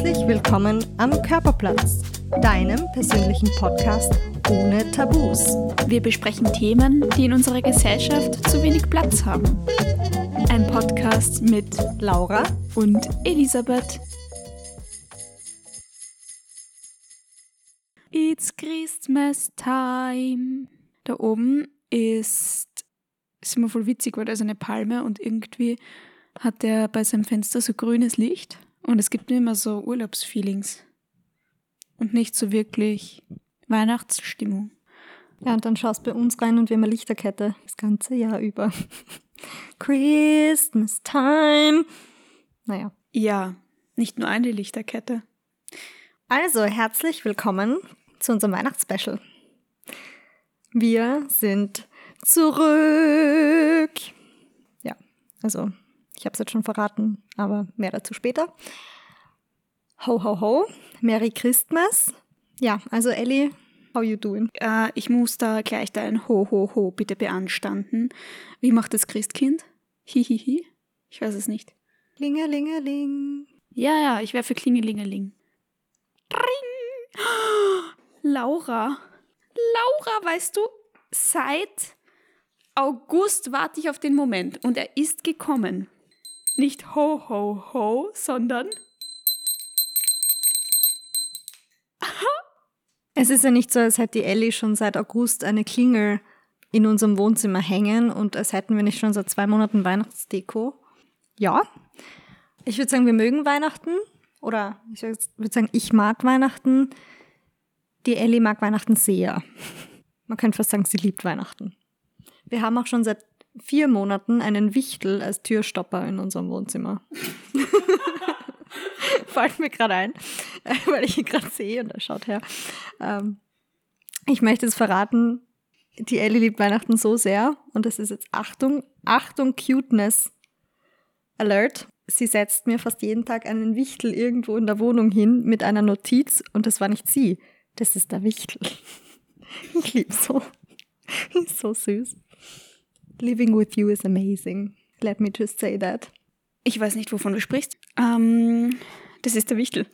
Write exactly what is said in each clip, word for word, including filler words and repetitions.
Herzlich willkommen am Körperplatz, deinem persönlichen Podcast ohne Tabus. Wir besprechen Themen, die in unserer Gesellschaft zu wenig Platz haben. Ein Podcast mit Laura und Elisabeth. It's Christmas time. Da oben ist, ist immer voll witzig, weil da ist eine Palme und irgendwie hat der bei seinem Fenster so grünes Licht und es gibt mir immer so Urlaubsfeelings und nicht so wirklich Weihnachtsstimmung. Ja, und dann schaust du bei uns rein und wir haben eine Lichterkette das ganze Jahr über. Christmas time. Naja. Ja, nicht nur eine Lichterkette. Also, herzlich willkommen zu unserem Weihnachtsspecial. Wir sind zurück. Ja, also ich habe es jetzt schon verraten, aber mehr dazu später. Ho, ho, ho. Merry Christmas. Ja, also Ellie, how you doing? Äh, ich muss da gleich dein Ho, ho, ho bitte beanstanden. Wie macht das Christkind? Hihihi. Ich weiß es nicht. Klingelingeling. Ja, ja, ich wäre für Klingelingeling. Ring. Laura. Laura, weißt du, seit August warte ich auf den Moment und er ist gekommen. Nicht ho, ho, ho, sondern... Es ist ja nicht so, als hätte die Ellie schon seit August eine Klingel in unserem Wohnzimmer hängen und als hätten wir nicht schon seit zwei Monaten Weihnachtsdeko. Ja, ich würde sagen, wir mögen Weihnachten oder ich würde sagen, ich mag Weihnachten. Die Ellie mag Weihnachten sehr. Man könnte fast sagen, sie liebt Weihnachten. Wir haben auch schon seit vier Monaten einen Wichtel als Türstopper in unserem Wohnzimmer. Fällt mir gerade ein, weil ich ihn gerade sehe und er schaut her. Ähm, ich möchte jetzt verraten, die Ellie liebt Weihnachten so sehr und das ist jetzt Achtung, Achtung, Cuteness Alert. Sie setzt mir fast jeden Tag einen Wichtel irgendwo in der Wohnung hin mit einer Notiz und das war nicht sie, das ist der Wichtel. Ich liebe so. Ist so süß. Living with you is amazing. Let me just say that. Ich weiß nicht, wovon du sprichst. Ähm, das ist der Wichtel.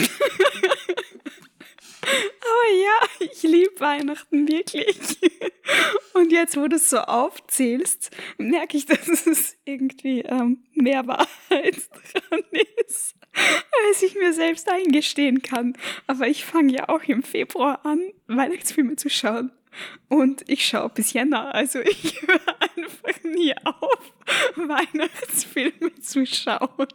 Aber ja, ich liebe Weihnachten wirklich. Und jetzt, wo du es so aufzählst, merke ich, dass es irgendwie ähm, mehr Wahrheit dran ist, als ich mir selbst eingestehen kann. Aber ich fange ja auch im Februar an, Weihnachtsfilme zu schauen. Und ich schaue bis Jänner, also ich höre einfach nie auf, Weihnachtsfilme zu schauen.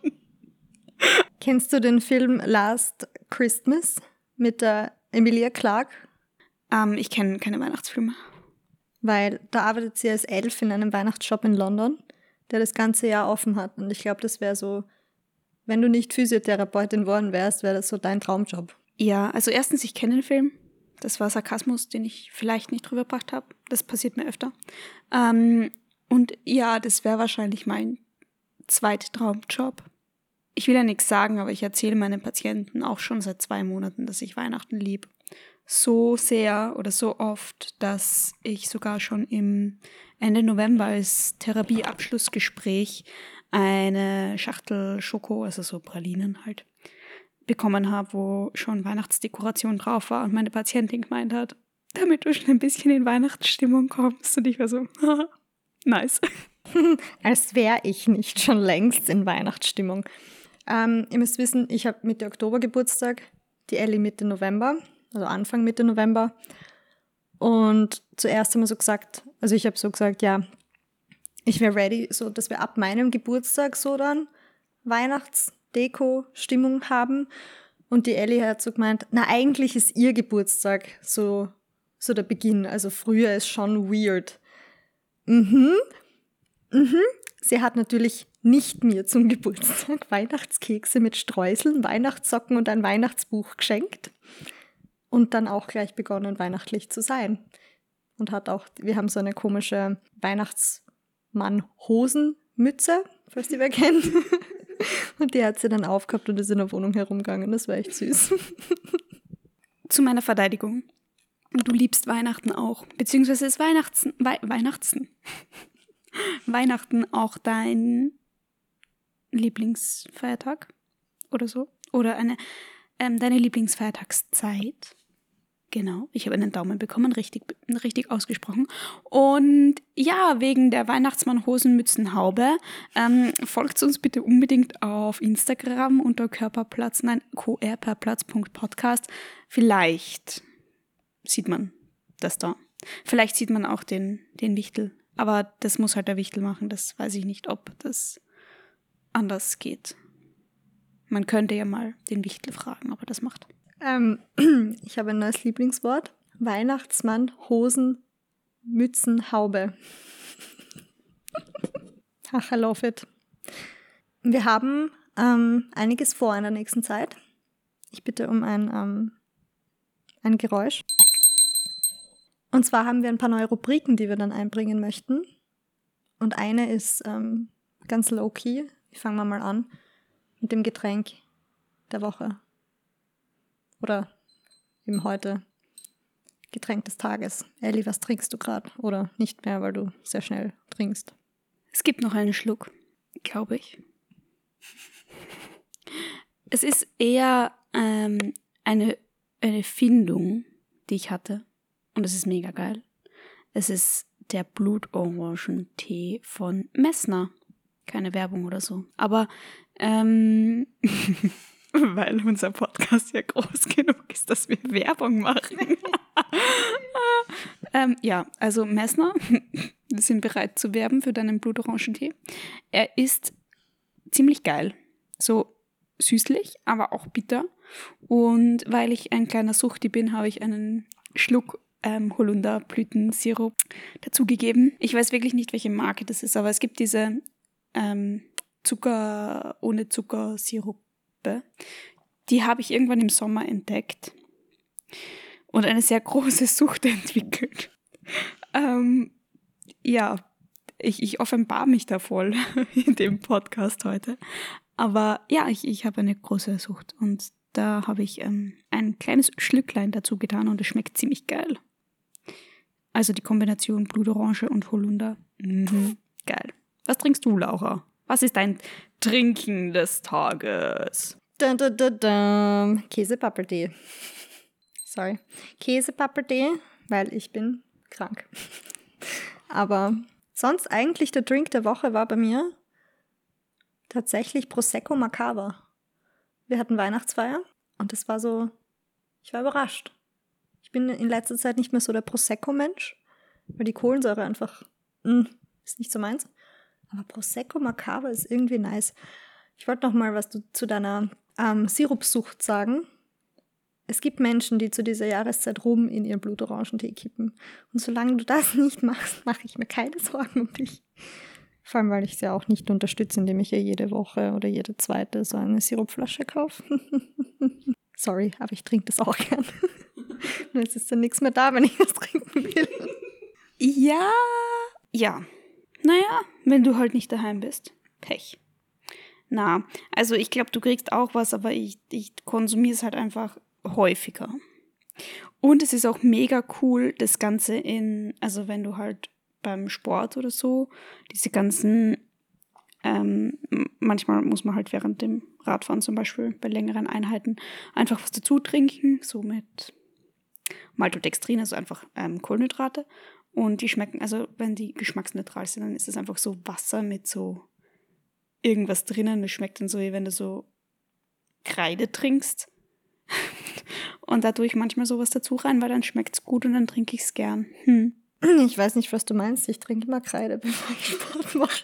Kennst du den Film Last Christmas mit der Emilia Clarke? Ähm, ich kenne keine Weihnachtsfilme. Weil da arbeitet sie als Elf in einem Weihnachtsshop in London, der das ganze Jahr offen hat. Und ich glaube, das wäre so, wenn du nicht Physiotherapeutin worden wärst, wäre das so dein Traumjob. Ja, also erstens, ich kenne den Film. Das war Sarkasmus, den ich vielleicht nicht drüber gebracht habe. Das passiert mir öfter. Ähm, und ja, das wäre wahrscheinlich mein Zweittraumjob. Ich will ja nichts sagen, aber ich erzähle meinen Patienten auch schon seit zwei Monaten, dass ich Weihnachten liebe. So sehr oder so oft, dass ich sogar schon im Ende November als Therapieabschlussgespräch eine Schachtel Schoko, also so Pralinen halt, bekommen habe, wo schon Weihnachtsdekoration drauf war und meine Patientin gemeint hat, damit du schon ein bisschen in Weihnachtsstimmung kommst. Und ich war so, nice. Als wäre ich nicht schon längst in Weihnachtsstimmung. Ähm, ihr müsst wissen, ich habe Mitte Oktober Geburtstag, die Ellie Mitte November, also Anfang Mitte November. Und zuerst haben wir so gesagt, also ich habe so gesagt, ja, ich wäre ready, so dass wir ab meinem Geburtstag so dann Weihnachtsdeko-Stimmung haben. Und die Ellie hat so gemeint, na eigentlich ist ihr Geburtstag so, so der Beginn, also früher ist schon weird. Mhm, mhm. Sie hat natürlich nicht mir zum Geburtstag Weihnachtskekse mit Streuseln, Weihnachtssocken und ein Weihnachtsbuch geschenkt. Und dann auch gleich begonnen, weihnachtlich zu sein. Und hat auch, wir haben so eine komische Weihnachtsmann-Hosenmütze, falls die wer kennt. Und die hat sie dann aufgehabt und ist in der Wohnung herumgegangen. Das war echt süß. Zu meiner Verteidigung. Du liebst Weihnachten auch. Beziehungsweise ist Weihnachten, Wei- Weihnachten. Weihnachten auch dein Lieblingsfeiertag? Oder so? oder eine ähm, deine Lieblingsfeiertagszeit. Genau, ich habe einen Daumen bekommen, richtig, richtig ausgesprochen. Und ja, wegen der Weihnachtsmann-Hosenmützenhaube ähm, folgt uns bitte unbedingt auf Instagram unter Körperplatz, nein, qrperplatz.podcast. Vielleicht sieht man das da. Vielleicht sieht man auch den, den Wichtel. Aber das muss halt der Wichtel machen. Das weiß ich nicht, ob das anders geht. Man könnte ja mal den Wichtel fragen, ob er das macht. Ähm, ich habe ein neues Lieblingswort. Weihnachtsmann, Hosen, Mützen, Haube. Ach, I love it. Wir haben ähm, einiges vor in der nächsten Zeit. Ich bitte um ein, ähm, ein Geräusch. Und zwar haben wir ein paar neue Rubriken, die wir dann einbringen möchten. Und eine ist ähm, ganz low-key. Fangen wir mal an mit dem Getränk der Woche. Oder eben heute Getränk des Tages. Elli, was trinkst du gerade? Oder nicht mehr, weil du sehr schnell trinkst. Es gibt noch einen Schluck, glaube ich. Es ist eher ähm, eine, eine Findung, die ich hatte. Und es ist mega geil. Es ist der Blutorangentee von Messner. Keine Werbung oder so. Aber ähm, weil unser Podcast ja groß genug ist, dass wir Werbung machen. ähm, ja, also Messner, wir sind bereit zu werben für deinen Blutorangentee. Er ist ziemlich geil. So süßlich, aber auch bitter. Und weil ich ein kleiner Suchti bin, habe ich einen Schluck ähm, Holunderblütensirup dazugegeben. Ich weiß wirklich nicht, welche Marke das ist, aber es gibt diese ähm, Zucker ohne Zuckersirup. Die habe ich irgendwann im Sommer entdeckt und eine sehr große Sucht entwickelt. Ähm, ja, ich, ich offenbar mich da voll in dem Podcast heute. Aber ja, ich, ich habe eine große Sucht und da habe ich ähm, ein kleines Schlücklein dazu getan und es schmeckt ziemlich geil. Also die Kombination Blutorange und Holunder. Mhm, geil. Was trinkst du, Laura? Was ist dein Trinken des Tages? Dun, dun, dun, dun. Käsepappeltee. Sorry. Käsepappeltee, weil ich bin krank. Aber sonst eigentlich der Drink der Woche war bei mir tatsächlich Prosecco Macaba. Wir hatten Weihnachtsfeier und das war so, ich war überrascht. Ich bin in letzter Zeit nicht mehr so der Prosecco-Mensch, weil die Kohlensäure einfach, mh, ist nicht so meins. Aber Prosecco Macaba ist irgendwie nice. Ich wollte noch mal was du, zu deiner ähm, Sirupsucht sagen. Es gibt Menschen, die zu dieser Jahreszeit Rum in ihren Blutorangentee kippen. Und solange du das nicht machst, mache ich mir keine Sorgen um dich. Vor allem, weil ich es ja auch nicht unterstütze, indem ich ja jede Woche oder jede zweite so eine Sirupflasche kaufe. Sorry, aber ich trinke das auch gern. Und jetzt ist dann nichts mehr da, wenn ich was trinken will. Ja, ja. Naja, wenn du halt nicht daheim bist. Pech. Na, also ich glaube, du kriegst auch was, aber ich, ich konsumiere es halt einfach häufiger. Und es ist auch mega cool, das Ganze in, also wenn du halt beim Sport oder so, diese ganzen, ähm, manchmal muss man halt während dem Radfahren zum Beispiel bei längeren Einheiten einfach was dazu trinken, so mit Maltodextrin, also einfach ähm, Kohlenhydrate. Und die schmecken, also wenn die geschmacksneutral sind, dann ist es einfach so Wasser mit so irgendwas drinnen. Das schmeckt dann so, wie wenn du so Kreide trinkst. Und da tue ich manchmal sowas dazu rein, weil dann schmeckt es gut und dann trinke ich es gern. Hm. Ich weiß nicht, was du meinst. Ich trinke immer Kreide, bevor ich Sport mache.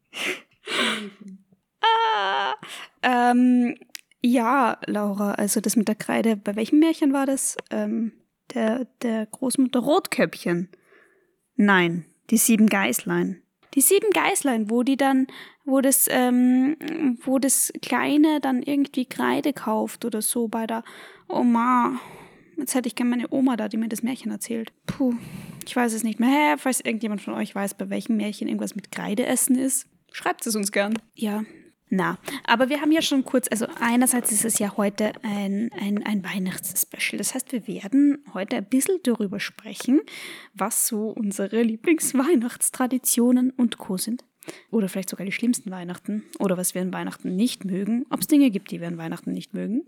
ah, ähm, ja, Laura, also das mit der Kreide, bei welchem Märchen war das? Ähm, der, der Großmutter Rotkäppchen. Nein, die sieben Geißlein. Die sieben Geißlein, wo die dann, wo das, ähm, wo das Kleine dann irgendwie Kreide kauft oder so bei der Oma. Jetzt hätte ich gerne meine Oma da, die mir das Märchen erzählt. Puh, ich weiß es nicht mehr. Hä, falls irgendjemand von euch weiß, bei welchem Märchen irgendwas mit Kreide essen ist, schreibt es uns gern. Ja. Na, aber wir haben ja schon kurz, also einerseits ist es ja heute ein, ein, ein Weihnachtsspecial. Das heißt, wir werden heute ein bisschen darüber sprechen, was so unsere Lieblingsweihnachtstraditionen und Co. sind. oder vielleicht sogar die schlimmsten Weihnachten oder was wir an Weihnachten nicht mögen, ob es Dinge gibt, die wir an Weihnachten nicht mögen.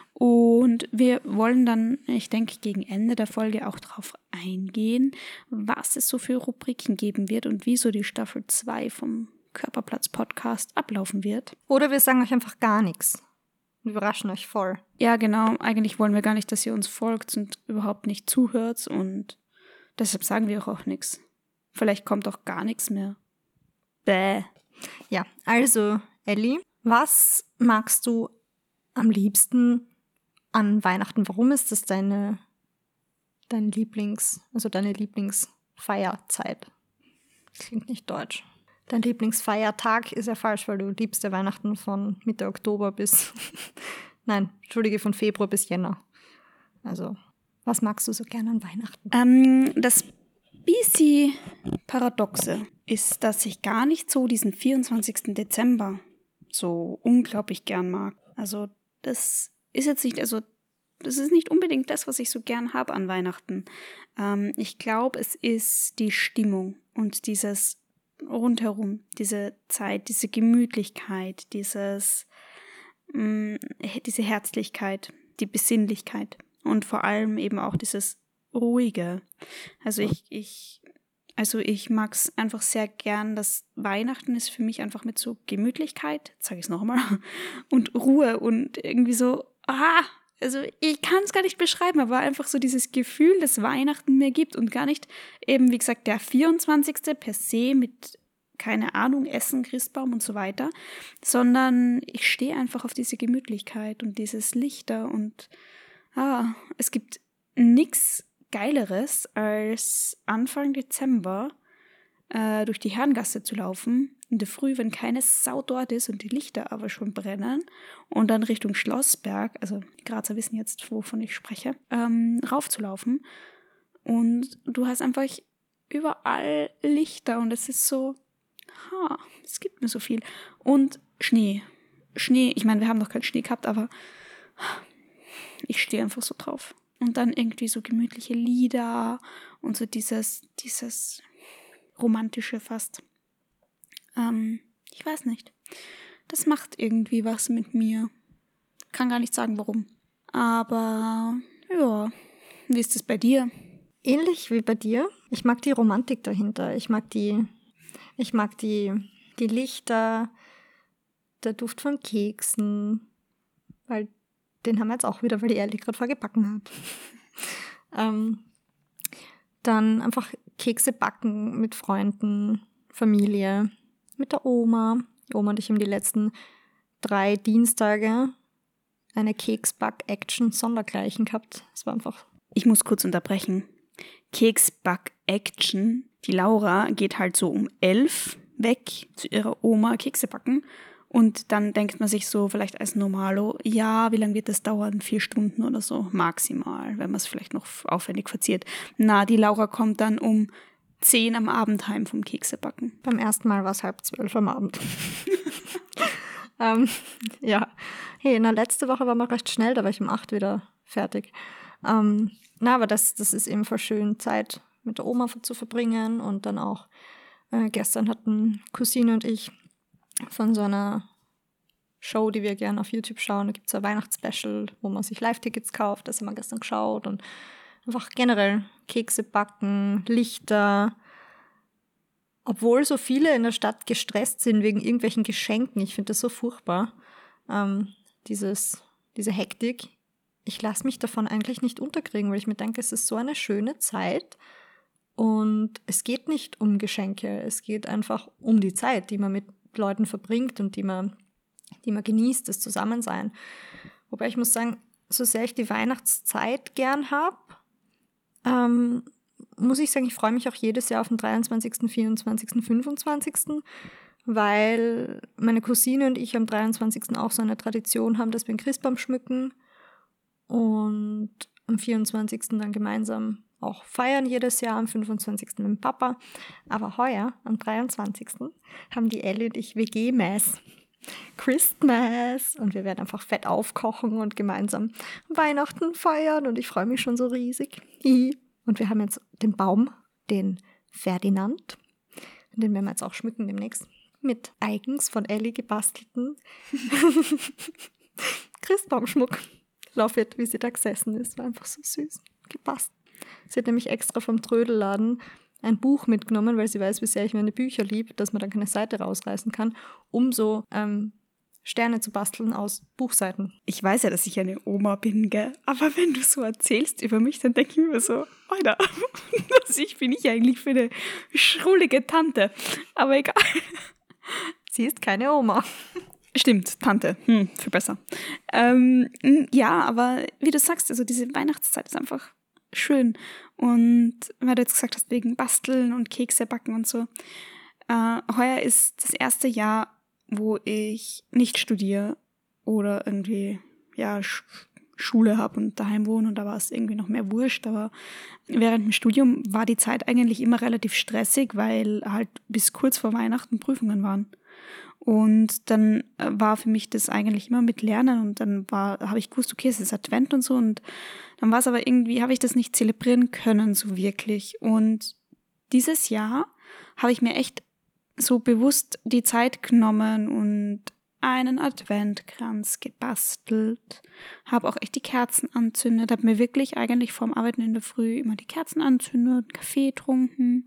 Und wir wollen dann, ich denke, gegen Ende der Folge auch darauf eingehen, was es so für Rubriken geben wird und wie so die Staffel zwei vom Körperplatz-Podcast ablaufen wird. Oder wir sagen euch einfach gar nichts. Wir überraschen euch voll. Ja, genau. Eigentlich wollen wir gar nicht, dass ihr uns folgt und überhaupt nicht zuhört und deshalb sagen wir auch, auch nichts. Vielleicht kommt auch gar nichts mehr. Bäh. Ja, also Elli, was magst du am liebsten an Weihnachten? Warum ist das deine, dein Lieblings, also deine Lieblingsfeierzeit? Das klingt nicht deutsch. Dein Lieblingsfeiertag ist ja falsch, weil du liebst ja Weihnachten von Mitte Oktober bis, nein, entschuldige, von Februar bis Jänner. Also, was magst du so gerne an Weihnachten? Ähm, das bisschen Paradoxe ist, dass ich gar nicht so diesen vierundzwanzigsten Dezember so unglaublich gern mag. Also das ist jetzt nicht, also das ist nicht unbedingt das, was ich so gern habe an Weihnachten. Ähm, ich glaube, es ist die Stimmung und dieses rundherum, diese Zeit, diese Gemütlichkeit, dieses, mh, diese Herzlichkeit, die Besinnlichkeit und vor allem eben auch dieses Ruhige. Also ich, ich, also ich mag es einfach sehr gern, dass Weihnachten ist für mich einfach mit so Gemütlichkeit, sage ich es nochmal, und Ruhe und irgendwie so, ah, also ich kann es gar nicht beschreiben, aber einfach so dieses Gefühl, das Weihnachten mir gibt und gar nicht eben, wie gesagt, der vierundzwanzigste per se mit, keine Ahnung, Essen, Christbaum und so weiter, sondern ich stehe einfach auf diese Gemütlichkeit und dieses Lichter und ah, es gibt nichts Geileres, als Anfang Dezember äh, durch die Herrengasse zu laufen, in der Früh, wenn keine Sau dort ist und die Lichter aber schon brennen und dann Richtung Schlossberg, also die Grazer wissen jetzt, wovon ich spreche, ähm, raufzulaufen und du hast einfach überall Lichter und es ist so, ha, es gibt mir so viel. Und Schnee. Schnee, ich meine, wir haben noch keinen Schnee gehabt, aber ich stehe einfach so drauf. Und dann irgendwie so gemütliche Lieder und so dieses, dieses romantische fast. Ähm, ich weiß nicht. Das macht irgendwie was mit mir. Kann gar nicht sagen, warum. Aber ja, wie ist es bei dir? Ähnlich wie bei dir. Ich mag die Romantik dahinter. Ich mag die, ich mag die, die Lichter, der Duft von Keksen, weil den haben wir jetzt auch wieder, weil die Elli gerade vorgebacken hat. ähm, dann einfach Kekse backen mit Freunden, Familie, mit der Oma. Die Oma und ich haben die letzten drei Dienstage eine Keksback-Action sondergleichen gehabt. Es war einfach... Ich muss kurz unterbrechen. Keksback-Action. Die Laura geht halt so um elf weg zu ihrer Oma Kekse backen. Und dann denkt man sich so vielleicht als Normalo, ja, wie lange wird das dauern? Vier Stunden oder so, maximal, wenn man es vielleicht noch aufwendig verziert. Na, die Laura kommt dann um zehn am Abend heim vom Keksebacken. Beim ersten Mal war es halb zwölf am Abend. ähm, ja, hey, na, letzte Woche war man recht schnell, da war ich um acht wieder fertig. Ähm, na, aber das, das ist eben voll schön, Zeit mit der Oma zu verbringen und dann auch, äh, gestern hatten Cousine und ich von so einer Show, die wir gerne auf YouTube schauen. Da gibt es ein Weihnachtsspecial, wo man sich Live-Tickets kauft. Das haben wir gestern geschaut. Und einfach generell Kekse backen, Lichter. Obwohl so viele in der Stadt gestresst sind wegen irgendwelchen Geschenken. Ich finde das so furchtbar. Ähm, dieses, diese Hektik. Ich lasse mich davon eigentlich nicht unterkriegen, weil ich mir denke, es ist so eine schöne Zeit. Und es geht nicht um Geschenke. Es geht einfach um die Zeit, die man mit Leuten verbringt und die man, die man genießt, das Zusammensein. Wobei ich muss sagen, so sehr ich die Weihnachtszeit gern habe, ähm, muss ich sagen, ich freue mich auch jedes Jahr auf den dreiundzwanzigsten, vierundzwanzigsten, fünfundzwanzigsten, weil meine Cousine und ich am dreiundzwanzigsten auch so eine Tradition haben, dass wir einen Christbaum schmücken und am vierundzwanzigsten dann gemeinsam auch feiern jedes Jahr, am fünfundzwanzigsten mit dem Papa. Aber heuer, am dreiundzwanzigsten haben die Elli und ich W G-Mess. Christmas. Und wir werden einfach fett aufkochen und gemeinsam Weihnachten feiern. Und ich freue mich schon so riesig. Und wir haben jetzt den Baum, den Ferdinand. Den werden wir jetzt auch schmücken demnächst. mit eigens von Ellie gebastelten Christbaumschmuck. Love it, wie sie da gesessen ist. War einfach so süß. Gepasst. Sie hat nämlich extra vom Trödelladen ein Buch mitgenommen, weil sie weiß, wie sehr ich meine Bücher liebe, dass man dann keine Seite rausreißen kann, um so ähm, Sterne zu basteln aus Buchseiten. Ich weiß ja, dass ich eine Oma bin, gell? Aber wenn du so erzählst über mich, dann denke ich mir so, Alter, was ich bin ich eigentlich für eine schrullige Tante. Aber egal. Sie ist keine Oma. Stimmt, Tante. Hm, viel besser. Ähm, ja, aber wie du sagst, also diese Weihnachtszeit ist einfach schön. Und weil du jetzt gesagt hast, wegen Basteln und Kekse backen und so. Äh, heuer ist das erste Jahr, wo ich nicht studiere oder irgendwie ja Sch- Schule habe und daheim wohne und da war es irgendwie noch mehr wurscht. Aber während dem Studium war die Zeit eigentlich immer relativ stressig, weil halt bis kurz vor Weihnachten Prüfungen waren. Und dann war für mich das eigentlich immer mit Lernen und dann war, habe ich gewusst, okay, es ist Advent und so und dann war es aber irgendwie, habe ich das nicht zelebrieren können so wirklich. Und dieses Jahr habe ich mir echt so bewusst die Zeit genommen und einen Adventkranz gebastelt, habe auch echt die Kerzen anzündet, habe mir wirklich eigentlich vorm Arbeiten in der Früh immer die Kerzen anzündet, Kaffee getrunken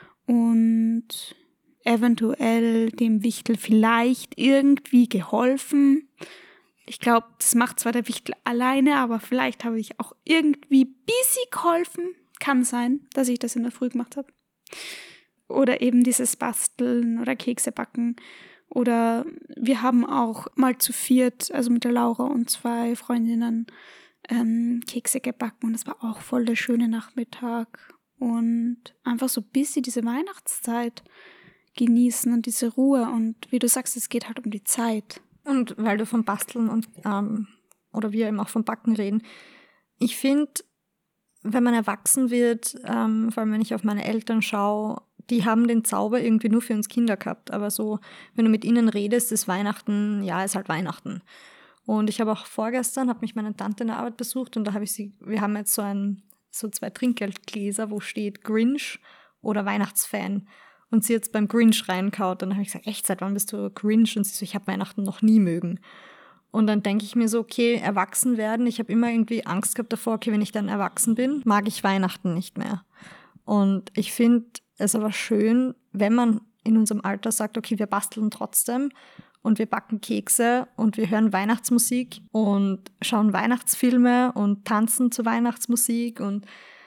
und eventuell dem Wichtel vielleicht irgendwie geholfen. Ich glaube, das macht zwar der Wichtel alleine, aber vielleicht habe ich auch irgendwie busy geholfen. Kann sein, dass ich das in der Früh gemacht habe. Oder eben dieses Basteln oder Kekse backen. Oder wir haben auch mal zu viert, also mit der Laura und zwei Freundinnen, ähm, Kekse gebacken. Und das war auch voll der schöne Nachmittag. Und einfach so busy diese Weihnachtszeit genießen und diese Ruhe. Und wie du sagst, es geht halt um die Zeit. Und weil du vom Basteln und ähm, oder wir eben auch vom Backen reden, ich finde, wenn man erwachsen wird, ähm, vor allem wenn ich auf meine Eltern schaue, die haben den Zauber irgendwie nur für uns Kinder gehabt. Aber so, wenn du mit ihnen redest, ist Weihnachten, ja, ist halt Weihnachten. Und ich habe auch vorgestern, habe mich meine Tante in der Arbeit besucht und da habe ich sie, wir haben jetzt so ein, so zwei Trinkgeldgläser, wo steht Grinch oder Weihnachtsfan. Und sie jetzt beim Grinch reinkaut. Dann habe ich gesagt, echt, seit wann bist du Grinch? Und sie so, ich habe Weihnachten noch nie mögen. Und dann denke ich mir so, okay, erwachsen werden. Ich habe immer irgendwie Angst gehabt davor, okay, wenn ich dann erwachsen bin, mag ich Weihnachten nicht mehr. Und ich finde es aber schön, wenn man in unserem Alter sagt, okay, wir basteln trotzdem und wir backen Kekse und wir hören Weihnachtsmusik und schauen Weihnachtsfilme und tanzen zur Weihnachtsmusik und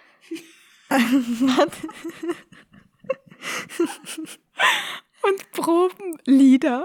und proben Lieder.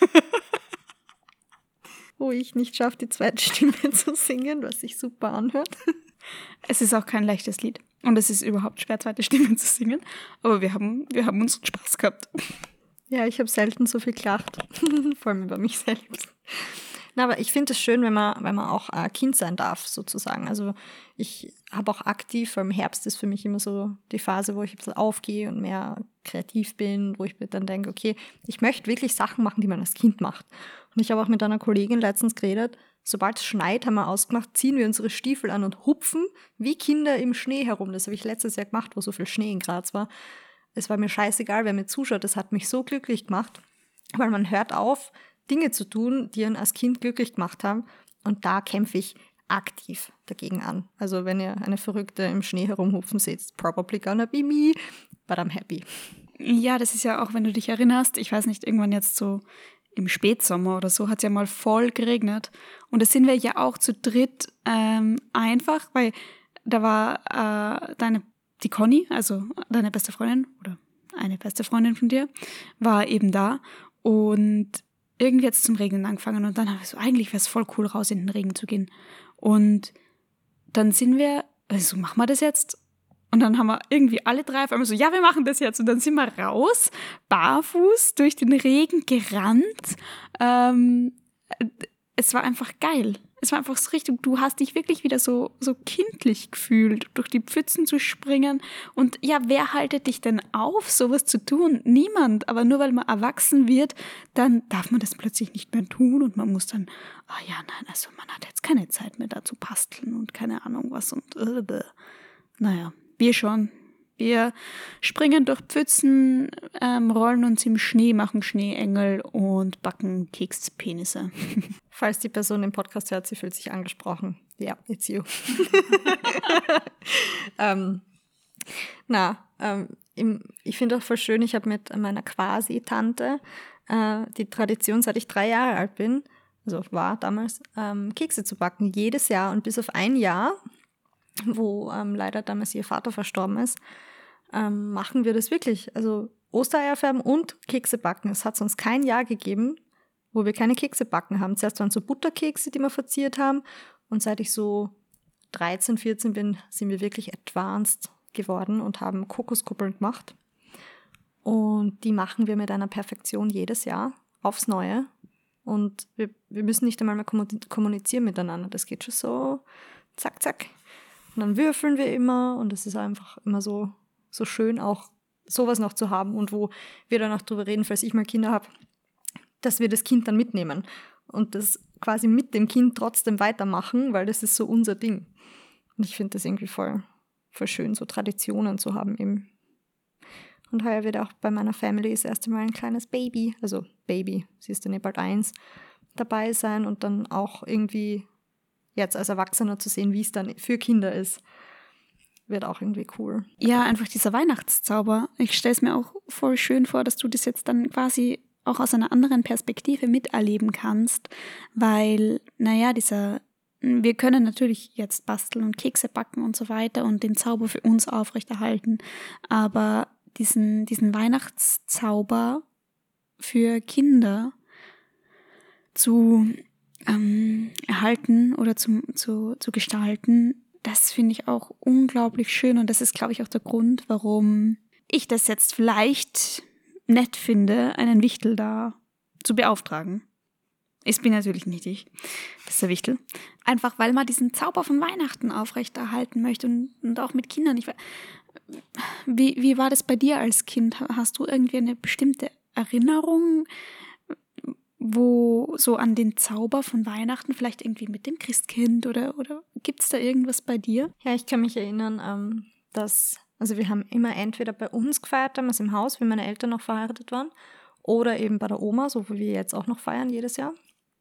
Wo ich nicht schaffe, die zweite Stimme zu singen, was sich super anhört. Es ist auch kein leichtes Lied. Und es ist überhaupt schwer, zweite Stimme zu singen. Aber wir haben, wir haben unseren Spaß gehabt. Ja, ich habe selten so viel gelacht. Vor allem über mich selbst. Na, aber ich finde es schön, wenn man, wenn man auch äh, Kind sein darf, sozusagen. Also ich habe auch aktiv, vor allem Herbst ist für mich immer so die Phase, wo ich ein bisschen aufgehe und mehr kreativ bin, wo ich mir dann denke, okay, ich möchte wirklich Sachen machen, die man als Kind macht. Und ich habe auch mit einer Kollegin letztens geredet, sobald es schneit, haben wir ausgemacht, ziehen wir unsere Stiefel an und hupfen wie Kinder im Schnee herum. Das habe ich letztes Jahr gemacht, wo so viel Schnee in Graz war. Es war mir scheißegal, wer mir zuschaut. Das hat mich so glücklich gemacht, weil man hört auf, Dinge zu tun, die einen als Kind glücklich gemacht haben. Und da kämpfe ich aktiv dagegen an. Also wenn ihr eine Verrückte im Schnee herumhupfen seht, it's probably gonna be me, but I'm happy. Ja, das ist ja auch, wenn du dich erinnerst, ich weiß nicht, irgendwann jetzt so im Spätsommer oder so hat es ja mal voll geregnet. Und da sind wir ja auch zu dritt ähm, einfach, weil da war äh, deine, die Conny, also deine beste Freundin oder eine beste Freundin von dir, war eben da und irgendwie hat es zum Regnen angefangen und dann habe ich so, eigentlich wäre es voll cool, raus in den Regen zu gehen. Und dann sind wir, also machen wir das jetzt? Und dann haben wir irgendwie alle drei auf einmal so, ja, wir machen das jetzt. Und dann sind wir raus, barfuß, durch den Regen gerannt. Ähm, es war einfach geil. Es war einfach so richtig, du hast dich wirklich wieder so, so kindlich gefühlt, durch die Pfützen zu springen. Und ja, wer haltet dich denn auf, sowas zu tun? Niemand. Aber nur weil man erwachsen wird, dann darf man das plötzlich nicht mehr tun. Und man muss dann, ah oh ja, nein, also man hat jetzt keine Zeit mehr da zu basteln und keine Ahnung was. Und äh, naja, wir schon. Wir springen durch Pfützen, ähm, rollen uns im Schnee, machen Schneeengel und backen Kekspenisse. Falls die Person den Podcast hört, sie fühlt sich angesprochen. Ja, yeah, it's you. ähm, na, ähm, im, ich finde auch voll schön, ich habe mit meiner Quasi-Tante äh, die Tradition, seit ich drei Jahre alt bin, also war damals, ähm, Kekse zu backen, jedes Jahr. Und bis auf ein Jahr, wo ähm, leider damals ihr Vater verstorben ist, ähm, machen wir das wirklich. Also Ostereier färben und Kekse backen. Es hat sonst kein Jahr gegeben, wo wir keine Kekse backen haben. Zuerst waren es so Butterkekse, die wir verziert haben. Und seit ich so dreizehn, vierzehn bin, sind wir wirklich advanced geworden und haben Kokoskuppeln gemacht. Und die machen wir mit einer Perfektion jedes Jahr aufs Neue. Und wir, wir müssen nicht einmal mehr kommunizieren miteinander. Das geht schon so zack, zack. Und dann würfeln wir immer und es ist einfach immer so, so schön, auch sowas noch zu haben und wo wir dann auch drüber reden, falls ich mal Kinder habe, dass wir das Kind dann mitnehmen und das quasi mit dem Kind trotzdem weitermachen, weil das ist so unser Ding. Und ich finde das irgendwie voll, voll schön, so Traditionen zu haben eben. Und heuer wird auch bei meiner Family das erste Mal ein kleines Baby, also Baby, sie ist dann eh bald eins, dabei sein und dann auch irgendwie jetzt als Erwachsener zu sehen, wie es dann für Kinder ist, wird auch irgendwie cool. Ja, einfach dieser Weihnachtszauber. Ich stelle es mir auch voll schön vor, dass du das jetzt dann quasi auch aus einer anderen Perspektive miterleben kannst, weil, naja, dieser, wir können natürlich jetzt basteln und Kekse backen und so weiter und den Zauber für uns aufrechterhalten, aber diesen, diesen Weihnachtszauber für Kinder zu ähm, erhalten oder zu, zu, zu gestalten, das finde ich auch unglaublich schön und das ist, glaube ich, auch der Grund, warum ich das jetzt vielleicht nett finde, einen Wichtel da zu beauftragen. Es bin natürlich nicht ich, das ist der Wichtel. Einfach, weil man diesen Zauber von Weihnachten aufrechterhalten möchte und, und auch mit Kindern. Ich, wie, wie war das bei dir als Kind? Hast du irgendwie eine bestimmte Erinnerung, wo so an den Zauber von Weihnachten, vielleicht irgendwie mit dem Christkind oder, oder gibt es da irgendwas bei dir? Ja, ich kann mich erinnern, ähm, dass, also wir haben immer entweder bei uns gefeiert, damals im Haus, wie meine Eltern noch verheiratet waren, oder eben bei der Oma, so wie wir jetzt auch noch feiern jedes Jahr.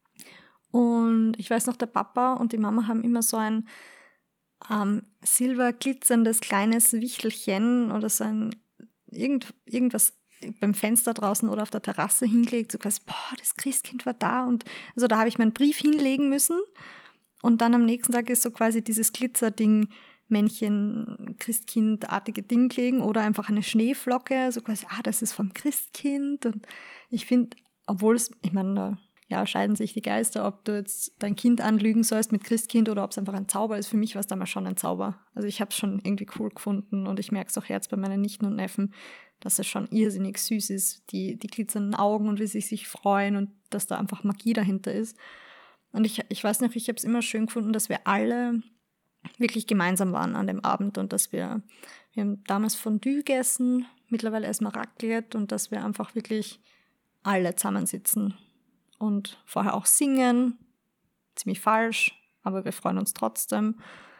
Und ich weiß noch, der Papa und die Mama haben immer so ein ähm, silberglitzerndes kleines Wichtelchen oder so ein irgend, irgendwas beim Fenster draußen oder auf der Terrasse hingelegt, so quasi, boah, das Christkind war da und also da habe ich meinen Brief hinlegen müssen und dann am nächsten Tag ist so quasi dieses Glitzerding, Männchen, Christkindartige Ding legen oder einfach eine Schneeflocke, so quasi, ah, das ist vom Christkind und ich finde, obwohl es, ich meine, da ja, scheiden sich die Geister, ob du jetzt dein Kind anlügen sollst mit Christkind oder ob es einfach ein Zauber ist. Für mich war es damals schon ein Zauber. Also ich habe es schon irgendwie cool gefunden und ich merke es auch jetzt bei meinen Nichten und Neffen, dass es schon irrsinnig süß ist, die, die glitzernden Augen und wie sie sich freuen und dass da einfach Magie dahinter ist. Und ich, ich weiß noch, ich habe es immer schön gefunden, dass wir alle wirklich gemeinsam waren an dem Abend und dass wir, wir haben damals Fondue gegessen, mittlerweile essen wir Raclette und dass wir einfach wirklich alle zusammensitzen. Und vorher auch singen, ziemlich falsch, aber wir freuen uns trotzdem.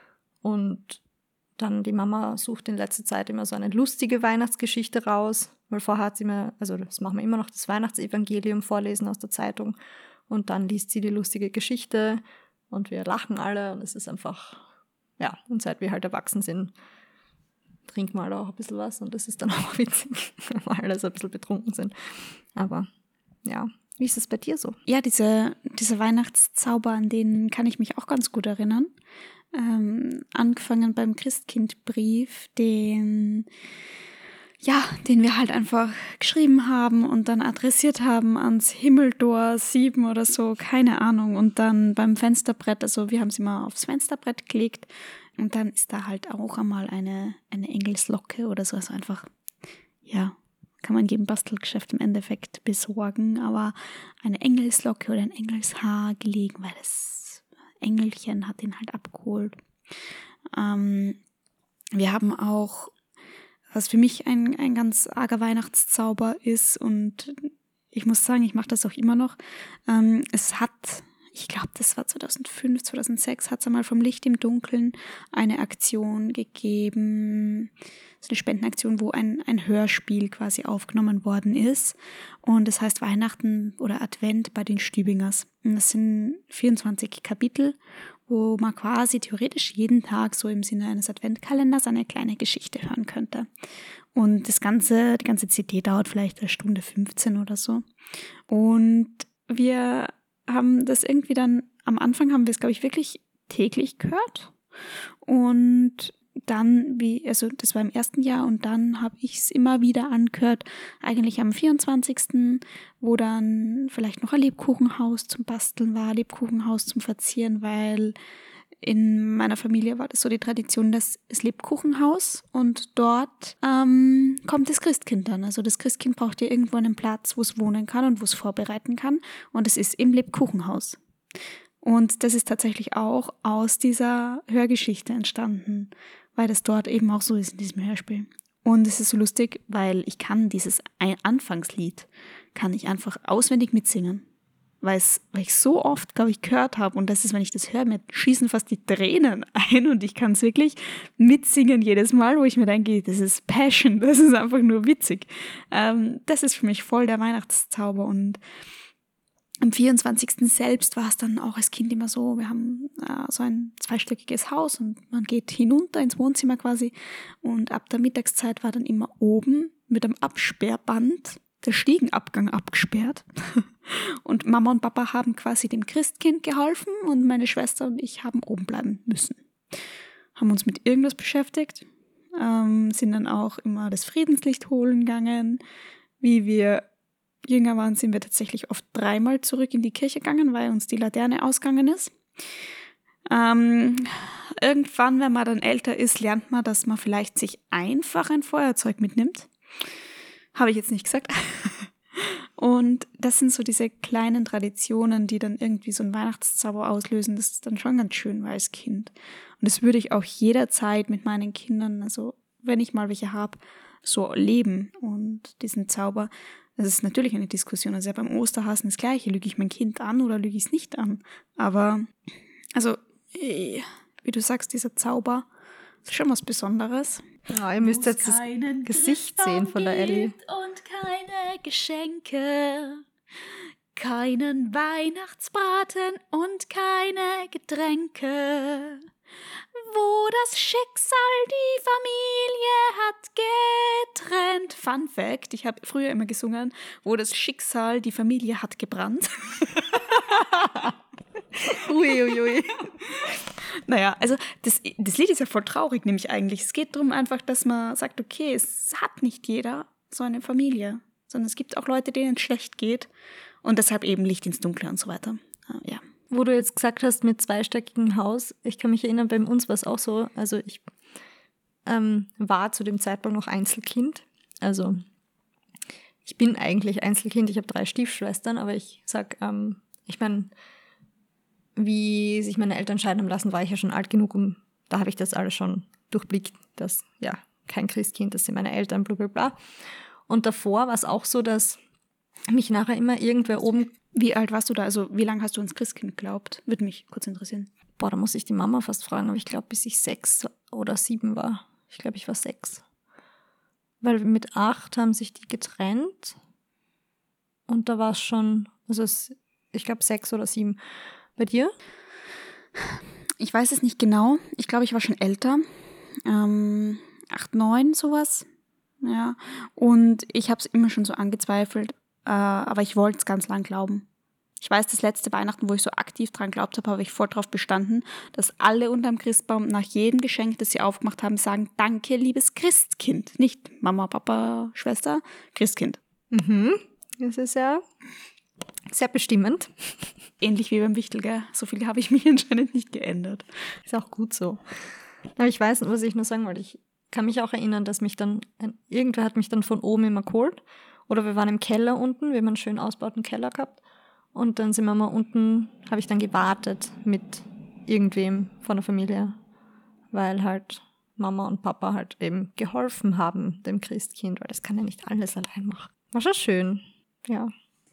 Und dann die Mama sucht in letzter Zeit immer so eine lustige Weihnachtsgeschichte raus, weil vorher hat sie mir, also das machen wir immer noch, das Weihnachtsevangelium vorlesen aus der Zeitung und dann liest sie die lustige Geschichte und wir lachen alle und es ist einfach, ja, und seit wir halt erwachsen sind, trinken wir alle auch ein bisschen was und das ist dann auch witzig, wenn wir alle so ein bisschen betrunken sind. Aber ja, wie ist es bei dir so? Ja, diese, diese Weihnachtszauber, an denen kann ich mich auch ganz gut erinnern. Ähm, angefangen beim Christkindbrief, den, ja, den wir halt einfach geschrieben haben und dann adressiert haben ans Himmeltor sieben oder so, keine Ahnung. Und dann beim Fensterbrett, also wir haben sie mal aufs Fensterbrett gelegt und dann ist da halt auch einmal eine, eine Engelslocke oder so, also einfach, ja, kann man in jedem Bastelgeschäft im Endeffekt besorgen, aber eine Engelslocke oder ein Engelshaar gelegen, weil das Engelchen hat ihn halt abgeholt. Ähm, wir haben auch, was für mich ein, ein ganz arger Weihnachtszauber ist und ich muss sagen, ich mache das auch immer noch, ähm, es hat ich glaube, das war zweitausendfünf, zweitausendsechs, hat es einmal vom Licht im Dunkeln eine Aktion gegeben, so eine Spendenaktion, wo ein, ein Hörspiel quasi aufgenommen worden ist. Und das heißt Weihnachten oder Advent bei den Stübingers. Und das sind vierundzwanzig Kapitel, wo man quasi theoretisch jeden Tag so im Sinne eines Adventkalenders eine kleine Geschichte hören könnte. Und das ganze, die ganze C D dauert vielleicht eine Stunde fünfzehn oder so. Und wir haben das irgendwie dann, am Anfang haben wir es, glaube ich, wirklich täglich gehört. Und dann, wie, also das war im ersten Jahr, und dann habe ich es immer wieder angehört, eigentlich am vierundzwanzigsten, wo dann vielleicht noch ein Lebkuchenhaus zum Basteln war, Lebkuchenhaus zum Verzieren, weil in meiner Familie war das so die Tradition, dass es Lebkuchenhaus und dort ähm, kommt das Christkind dann. Also das Christkind braucht ja irgendwo einen Platz, wo es wohnen kann und wo es vorbereiten kann, und es ist im Lebkuchenhaus. Und das ist tatsächlich auch aus dieser Hörgeschichte entstanden, weil das dort eben auch so ist in diesem Hörspiel. Und es ist so lustig, weil ich kann dieses Anfangslied, kann ich einfach auswendig mitsingen. Weil, es, weil ich so oft, glaube ich, gehört habe, und das ist, wenn ich das höre, mir schießen fast die Tränen ein, und ich kann es wirklich mitsingen jedes Mal, wo ich mir denke, das ist Passion, das ist einfach nur witzig. Ähm, das ist für mich voll der Weihnachtszauber, und am vierundzwanzigsten selbst war es dann auch als Kind immer so, wir haben äh, so ein zweistöckiges Haus und man geht hinunter ins Wohnzimmer quasi, und ab der Mittagszeit war dann immer oben mit einem Absperrband der Stiegenabgang abgesperrt, und Mama und Papa haben quasi dem Christkind geholfen und meine Schwester und ich haben oben bleiben müssen. Haben uns mit irgendwas beschäftigt, ähm, sind dann auch immer das Friedenslicht holen gegangen. Wie wir jünger waren, sind wir tatsächlich oft dreimal zurück in die Kirche gegangen, weil uns die Laterne ausgegangen ist. Ähm, irgendwann, wenn man dann älter ist, lernt man, dass man vielleicht sich einfach ein Feuerzeug mitnimmt. Habe ich jetzt nicht gesagt. Und das sind so diese kleinen Traditionen, die dann irgendwie so einen Weihnachtszauber auslösen. Das ist dann schon ganz schön war als Kind. Und das würde ich auch jederzeit mit meinen Kindern, also wenn ich mal welche habe, so leben. Und diesen Zauber, das ist natürlich eine Diskussion. Also ja, beim Osterhasen das Gleiche. Lüge ich mein Kind an oder lüge ich es nicht an? Aber, also, wie du sagst, dieser Zauber ist schon was Besonderes. Ja, ihr müsst jetzt das Gesicht sehen von der Ellie. Und keine Geschenke, keinen Weihnachtsbraten und keine Getränke. Wo das Schicksal die Familie hat getrennt. Fun Fact, ich habe früher immer gesungen, wo das Schicksal die Familie hat gebrannt. Uiuiui. Ui, ui. Naja, also das, das Lied ist ja voll traurig, nämlich eigentlich. Es geht darum einfach, dass man sagt, okay, es hat nicht jeder so eine Familie, sondern es gibt auch Leute, denen es schlecht geht, und deshalb eben Licht ins Dunkle und so weiter. Ja. Wo du jetzt gesagt hast, mit zweistöckigem Haus, ich kann mich erinnern, bei uns war es auch so, also ich ähm, war zu dem Zeitpunkt noch Einzelkind, also ich bin eigentlich Einzelkind, ich habe drei Stiefschwestern, aber ich sag, ähm, ich meine, wie sich meine Eltern scheiden haben lassen, war ich ja schon alt genug, um, da habe ich das alles schon durchblickt, dass, ja, kein Christkind, das sind meine Eltern, bla bla bla. Und davor war es auch so, dass mich nachher immer irgendwer oben... Wie alt warst du da? Also wie lange hast du ans Christkind geglaubt? Würde mich kurz interessieren. Boah, da muss ich die Mama fast fragen, aber ich glaube, bis ich sechs oder sieben war. Ich glaube, ich war sechs. Weil mit acht haben sich die getrennt und da war es schon, also es, ich glaube, sechs oder sieben. Bei dir? Ich weiß es nicht genau. Ich glaube, ich war schon älter. Ähm, acht, neun, sowas. Ja. Und ich habe es immer schon so angezweifelt. Äh, aber ich wollte es ganz lang glauben. Ich weiß, das letzte Weihnachten, wo ich so aktiv dran geglaubt habe, habe ich voll drauf bestanden, dass alle unterm Christbaum nach jedem Geschenk, das sie aufgemacht haben, sagen, danke, liebes Christkind. Nicht Mama, Papa, Schwester, Christkind. Mhm. Das ist ja sehr bestimmend. Ähnlich wie beim Wichtel, gell? So viel habe ich mich anscheinend nicht geändert. Ist auch gut so. Aber ich weiß, was ich nur sagen wollte. Ich kann mich auch erinnern, dass mich dann, ein, irgendwer hat mich dann von oben immer geholt. Oder wir waren im Keller unten, wir haben einen schön ausgebauten Keller gehabt. Und dann sind wir mal unten, habe ich dann gewartet mit irgendwem von der Familie, weil halt Mama und Papa halt eben geholfen haben dem Christkind, weil das kann ja nicht alles allein machen. War schon schön, ja.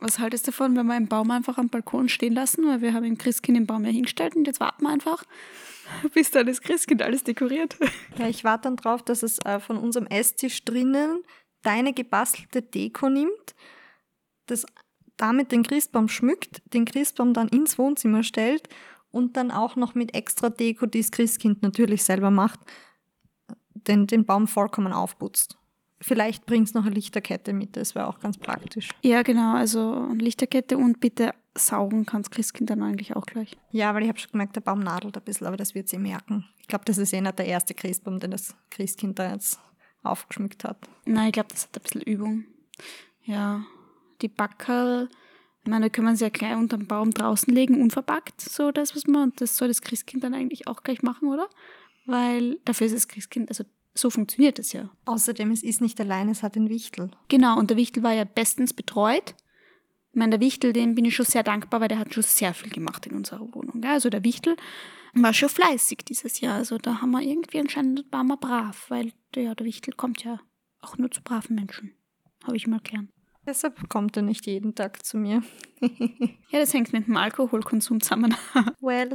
Was haltest du davon, wenn wir einen Baum einfach am Balkon stehen lassen? Weil wir haben im Christkind den Baum ja hingestellt und jetzt warten wir einfach, bis dann das Christkind alles dekoriert. Ja, ich warte dann drauf, dass es äh, von unserem Esstisch drinnen deine gebastelte Deko nimmt, das damit den Christbaum schmückt, den Christbaum dann ins Wohnzimmer stellt und dann auch noch mit extra Deko, die das Christkind natürlich selber macht, den, den Baum vollkommen aufputzt. Vielleicht bringst du noch eine Lichterkette mit, das wäre auch ganz praktisch. Ja, genau, also Lichterkette und bitte saugen kann das Christkind dann eigentlich auch gleich. Ja, weil ich habe schon gemerkt, der Baum nadelt ein bisschen, aber das wird sie merken. Ich glaube, das ist eh nicht der erste Christbaum, den das Christkind da jetzt aufgeschmückt hat. Nein, ich glaube, das hat ein bisschen Übung. Ja, die Backerl, ich meine, da können wir sie ja gleich unter dem Baum draußen legen, unverpackt, so das, was man, und das soll das Christkind dann eigentlich auch gleich machen, oder? Weil dafür ist das Christkind, also so funktioniert es ja. Außerdem, es ist nicht allein, es hat den Wichtel. Genau, und der Wichtel war ja bestens betreut. Ich meine, der Wichtel, dem bin ich schon sehr dankbar, weil der hat schon sehr viel gemacht in unserer Wohnung. Ja, also der Wichtel war schon fleißig dieses Jahr. Also da haben wir irgendwie anscheinend, waren wir brav, weil der, ja, der Wichtel kommt ja auch nur zu braven Menschen. Habe ich mal gern. Deshalb kommt er nicht jeden Tag zu mir. Ja, das hängt mit dem Alkoholkonsum zusammen. Well.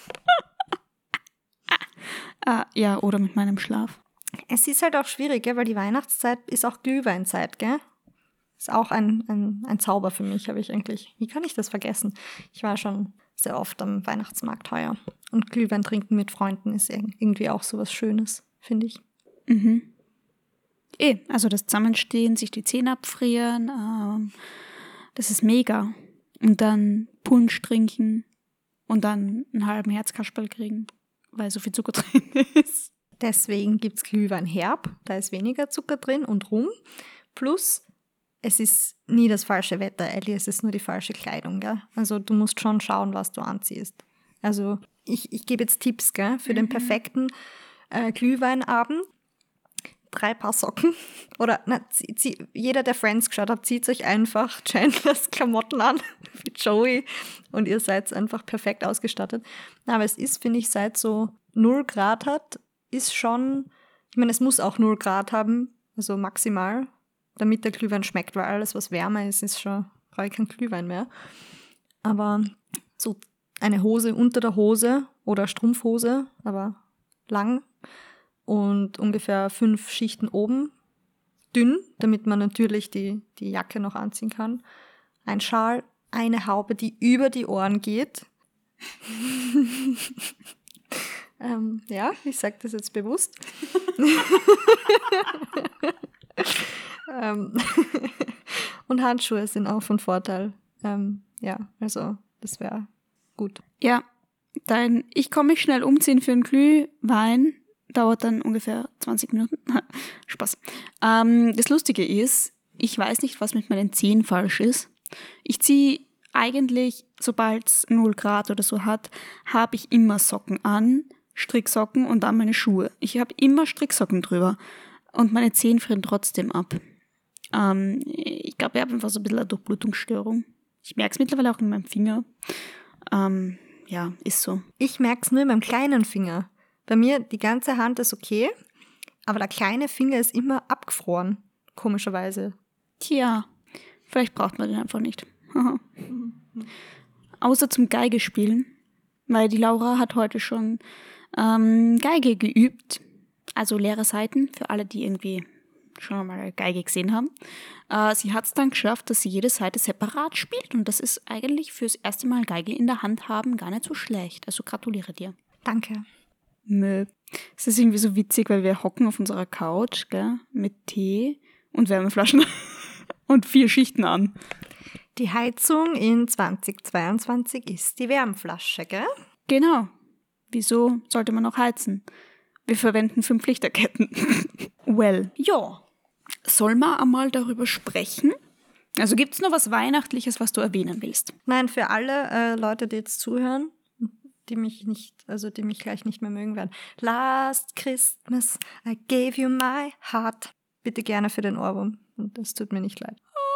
ah, ja, oder mit meinem Schlaf. Es ist halt auch schwierig, gell, weil die Weihnachtszeit ist auch Glühweinzeit, gell? Ist auch ein, ein, ein Zauber für mich, habe ich eigentlich. Wie kann ich das vergessen? Ich war schon sehr oft am Weihnachtsmarkt heuer. Und Glühwein trinken mit Freunden ist irgendwie auch so was Schönes, finde ich. Mhm. Eh, also das Zusammenstehen, sich die Zähne abfrieren, ähm, das ist mega. Und dann Punsch trinken und dann einen halben Herzkasperl kriegen, weil so viel Zucker drin ist. Deswegen gibt es Glühwein herb, da ist weniger Zucker drin und Rum. Plus, es ist nie das falsche Wetter, Ellie, es ist nur die falsche Kleidung. Gell? Also du musst schon schauen, was du anziehst. Also ich, ich gebe jetzt Tipps gell, für mhm. den perfekten äh, Glühweinabend. Drei Paar Socken. Oder na, zieh, zieh, jeder, der Friends geschaut hat, zieht euch einfach Chandlers Klamotten an, wie Joey. Und ihr seid einfach perfekt ausgestattet. Aber es ist, finde ich, seit so null Grad hat, ist schon, ich meine, es muss auch null Grad haben, also maximal, damit der Glühwein schmeckt, weil alles, was wärmer ist, ist schon, brauche ich keinen Glühwein mehr. Aber so eine Hose unter der Hose oder Strumpfhose, aber lang und ungefähr fünf Schichten oben, dünn, damit man natürlich die, die Jacke noch anziehen kann. Ein Schal, eine Haube, die über die Ohren geht. Ähm, ja, ich sage das jetzt bewusst. ähm, und Handschuhe sind auch von Vorteil. Ähm, ja, also das wäre gut. Ja, dein Ich komme mich schnell umziehen für einen Glühwein dauert dann ungefähr zwanzig Minuten. Spaß. Ähm, das Lustige ist, ich weiß nicht, was mit meinen Zehen falsch ist. Ich ziehe eigentlich, sobald es null Grad oder so hat, habe ich immer Socken an, Stricksocken und dann meine Schuhe. Ich habe immer Stricksocken drüber und meine Zehen frieren trotzdem ab. Ähm, ich glaube, ich habe einfach so ein bisschen eine Durchblutungsstörung. Ich merke es mittlerweile auch in meinem Finger. Ähm, ja, ist so. Ich merke es nur in meinem kleinen Finger. Bei mir, die ganze Hand ist okay, aber der kleine Finger ist immer abgefroren, komischerweise. Tja, vielleicht braucht man den einfach nicht. Außer zum Geige spielen, weil die Laura hat heute schon ähm, Geige geübt, also leere Saiten, für alle, die irgendwie schon mal Geige gesehen haben. Äh, sie hat es dann geschafft, dass sie jede Saite separat spielt und das ist eigentlich fürs erste Mal Geige in der Hand haben gar nicht so schlecht. Also gratuliere dir. Danke. Nö. Es ist irgendwie so witzig, weil wir hocken auf unserer Couch, gell, mit Tee und Wärmeflaschen und vier Schichten an. Die Heizung in zweitausendzweiundzwanzig ist die Wärmflasche, gell? Genau. Wieso sollte man noch heizen? Wir verwenden fünf Lichterketten. Well, ja. Soll man einmal darüber sprechen? Also gibt es noch was Weihnachtliches, was du erwähnen willst? Nein, für alle äh, Leute, die jetzt zuhören, die mich nicht, also die mich gleich nicht mehr mögen werden. Last Christmas, I gave you my heart. Bitte gerne für den Ohrwurm. Und das tut mir nicht leid.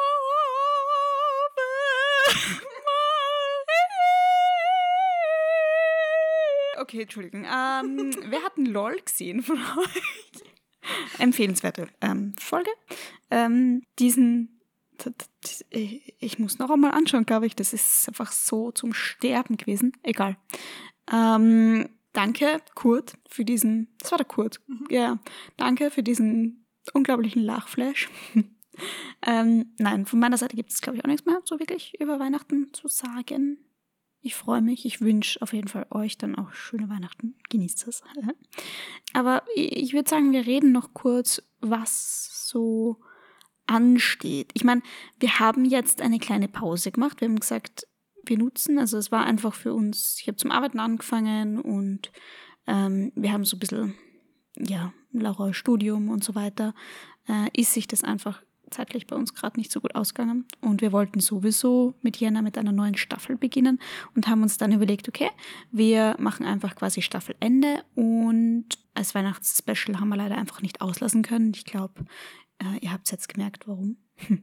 Okay, Entschuldigung. Ähm, wer hat einen LOL gesehen von euch? Empfehlenswerte ähm, Folge. Ähm, diesen ich muss noch einmal anschauen, glaube ich. Das ist einfach so zum Sterben gewesen. Egal. Ähm, danke, Kurt, für diesen, das war der Kurt, mhm. ja, danke für diesen unglaublichen Lachflash. ähm, nein, von meiner Seite gibt es, glaube ich, auch nichts mehr so wirklich über Weihnachten zu sagen. Ich freue mich, ich wünsche auf jeden Fall euch dann auch schöne Weihnachten. Genießt es. Aber ich würde sagen, wir reden noch kurz, was so ansteht. Ich meine, wir haben jetzt eine kleine Pause gemacht. Wir haben gesagt, wir nutzen, also es war einfach für uns, ich habe zum Arbeiten angefangen und ähm, wir haben so ein bisschen, ja, Laura Studium und so weiter, äh, ist sich das einfach zeitlich bei uns gerade nicht so gut ausgegangen und wir wollten sowieso mit Jänner mit einer neuen Staffel beginnen und haben uns dann überlegt, okay, wir machen einfach quasi Staffelende und als Weihnachtsspecial haben wir leider einfach nicht auslassen können. Ich glaube, äh, ihr habt es jetzt gemerkt, warum.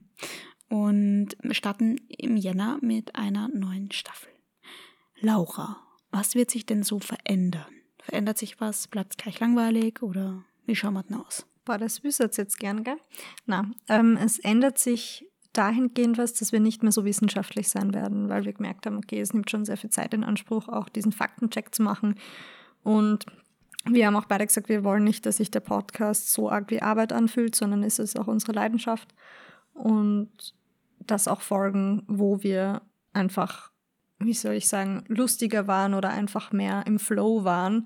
Und wir starten im Jänner mit einer neuen Staffel. Laura, was wird sich denn so verändern? Verändert sich was? Bleibt es gleich langweilig oder wie schauen wir denn aus? Boah, das wüsst's jetzt gern, gell? Na, ähm, es ändert sich dahingehend was, dass wir nicht mehr so wissenschaftlich sein werden, weil wir gemerkt haben, okay, es nimmt schon sehr viel Zeit in Anspruch, auch diesen Faktencheck zu machen. Und wir haben auch beide gesagt, wir wollen nicht, dass sich der Podcast so arg wie Arbeit anfühlt, sondern es ist auch unsere Leidenschaft. Und das auch Folgen, wo wir einfach, wie soll ich sagen, lustiger waren oder einfach mehr im Flow waren.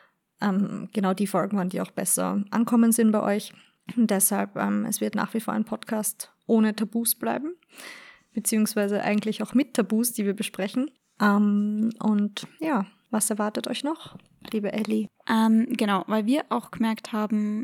Ähm, genau die Folgen waren, die auch besser ankommen sind bei euch. Und deshalb, ähm, es wird nach wie vor ein Podcast ohne Tabus bleiben, beziehungsweise eigentlich auch mit Tabus, die wir besprechen. Ähm, und ja, was erwartet euch noch, liebe Elli? Ähm, genau, weil wir auch gemerkt haben,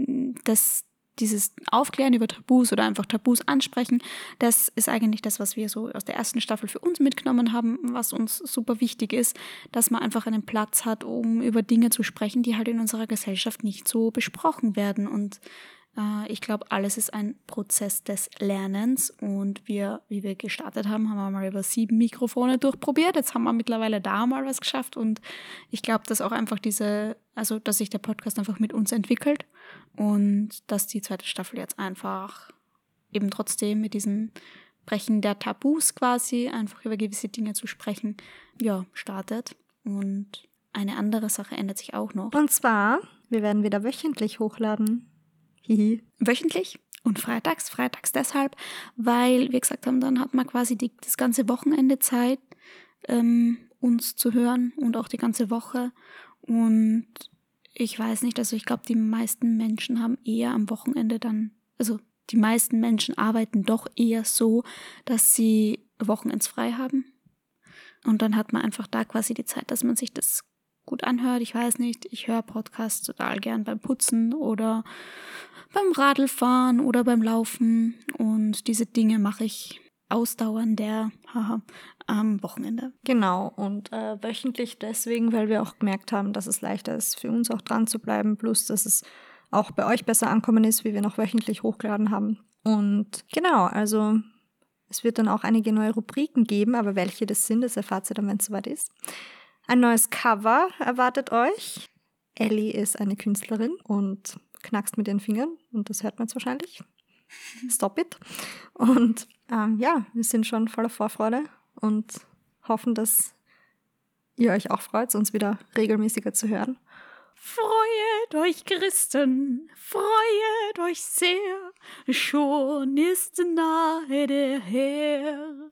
dass dieses Aufklären über Tabus oder einfach Tabus ansprechen, das ist eigentlich das, was wir so aus der ersten Staffel für uns mitgenommen haben, was uns super wichtig ist, dass man einfach einen Platz hat, um über Dinge zu sprechen, die halt in unserer Gesellschaft nicht so besprochen werden. Und äh, ich glaube, alles ist ein Prozess des Lernens und wir, wie wir gestartet haben, haben wir mal über sieben Mikrofone durchprobiert. Jetzt haben wir mittlerweile da mal was geschafft und ich glaube, dass auch einfach diese, also dass sich der Podcast einfach mit uns entwickelt. Und dass die zweite Staffel jetzt einfach eben trotzdem mit diesem Brechen der Tabus quasi, einfach über gewisse Dinge zu sprechen, ja, startet. Und eine andere Sache ändert sich auch noch. Und zwar, wir werden wieder wöchentlich hochladen. Hihi. Wöchentlich und freitags. Freitags deshalb, weil wir gesagt haben, dann hat man quasi die, das ganze Wochenende Zeit, ähm, uns zu hören und auch die ganze Woche. Und ich weiß nicht, also ich glaube, die meisten Menschen haben eher am Wochenende dann, also die meisten Menschen arbeiten doch eher so, dass sie wochenendsfrei haben. Und dann hat man einfach da quasi die Zeit, dass man sich das gut anhört. Ich weiß nicht, ich höre Podcasts total gern beim Putzen oder beim Radlfahren oder beim Laufen. Und diese Dinge mache ich ausdauernder haha, am Wochenende. Genau, und äh, wöchentlich deswegen, weil wir auch gemerkt haben, dass es leichter ist, für uns auch dran zu bleiben, plus dass es auch bei euch besser ankommen ist, wie wir noch wöchentlich hochgeladen haben. Und genau, also es wird dann auch einige neue Rubriken geben, aber welche das sind, das erfahrt ihr dann, wenn es soweit ist. Ein neues Cover erwartet euch. Elli ist eine Künstlerin und knackst mit den Fingern und das hört man jetzt wahrscheinlich. Stop it. Und ähm, ja, wir sind schon voller Vorfreude und hoffen, dass ihr euch auch freut, uns wieder regelmäßiger zu hören. Freuet euch, Christen, freuet euch sehr, schon ist nahe der Herr.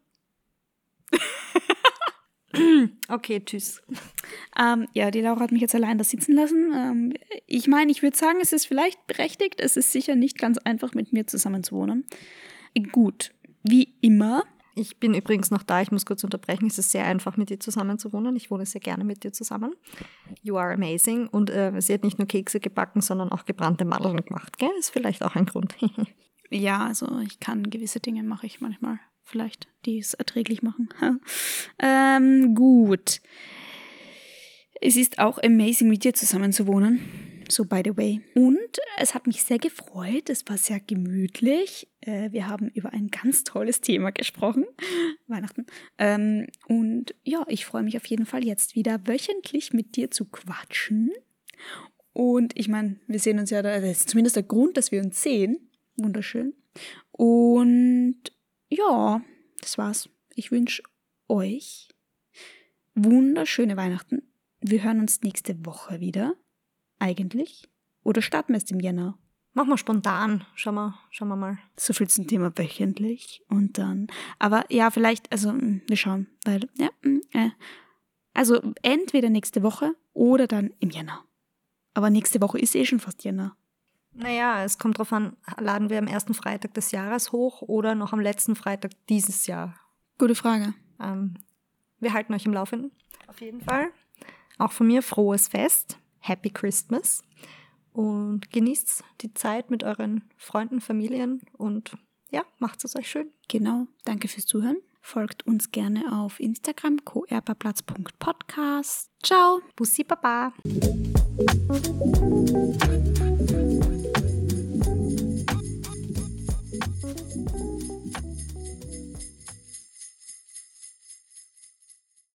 Okay, tschüss. Ähm, ja, die Laura hat mich jetzt allein da sitzen lassen. Ähm, ich meine, ich würde sagen, es ist vielleicht berechtigt. Es ist sicher nicht ganz einfach, mit mir zusammen zu wohnen. Gut, wie immer. Ich bin übrigens noch da, ich muss kurz unterbrechen. Es ist sehr einfach, mit dir zusammen zu wohnen. Ich wohne sehr gerne mit dir zusammen. You are amazing. Und äh, sie hat nicht nur Kekse gebacken, sondern auch gebrannte Mandeln gemacht. Gell? Ist vielleicht auch ein Grund. Ja, also ich kann gewisse Dinge, mache ich manchmal. Vielleicht, die es erträglich machen. ähm, gut. Es ist auch amazing, mit dir zusammen zu wohnen. So, by the way. Und es hat mich sehr gefreut. Es war sehr gemütlich. Äh, wir haben über ein ganz tolles Thema gesprochen. Weihnachten. Ähm, und ja, ich freue mich auf jeden Fall jetzt wieder wöchentlich mit dir zu quatschen. Und ich meine, wir sehen uns ja da, das ist zumindest der Grund, dass wir uns sehen. Wunderschön. Und ja, das war's. Ich wünsche euch wunderschöne Weihnachten. Wir hören uns nächste Woche wieder, eigentlich. Oder starten wir es im Jänner? Machen wir spontan. Schauen wir, schauen wir mal. So viel zum Thema wöchentlich. Und dann, aber ja, vielleicht, also wir schauen, weil, ja, äh, also entweder nächste Woche oder dann im Jänner. Aber nächste Woche ist eh schon fast Jänner. Naja, es kommt drauf an, laden wir am ersten Freitag des Jahres hoch oder noch am letzten Freitag dieses Jahr? Gute Frage. Ähm, wir halten euch im Laufenden. Auf jeden Fall. Auch von mir frohes Fest. Happy Christmas. Und genießt die Zeit mit euren Freunden, Familien und ja, macht es euch schön. Genau, danke fürs Zuhören. Folgt uns gerne auf Instagram, koerperplatz punkt podcast. Ciao. Bussi Baba.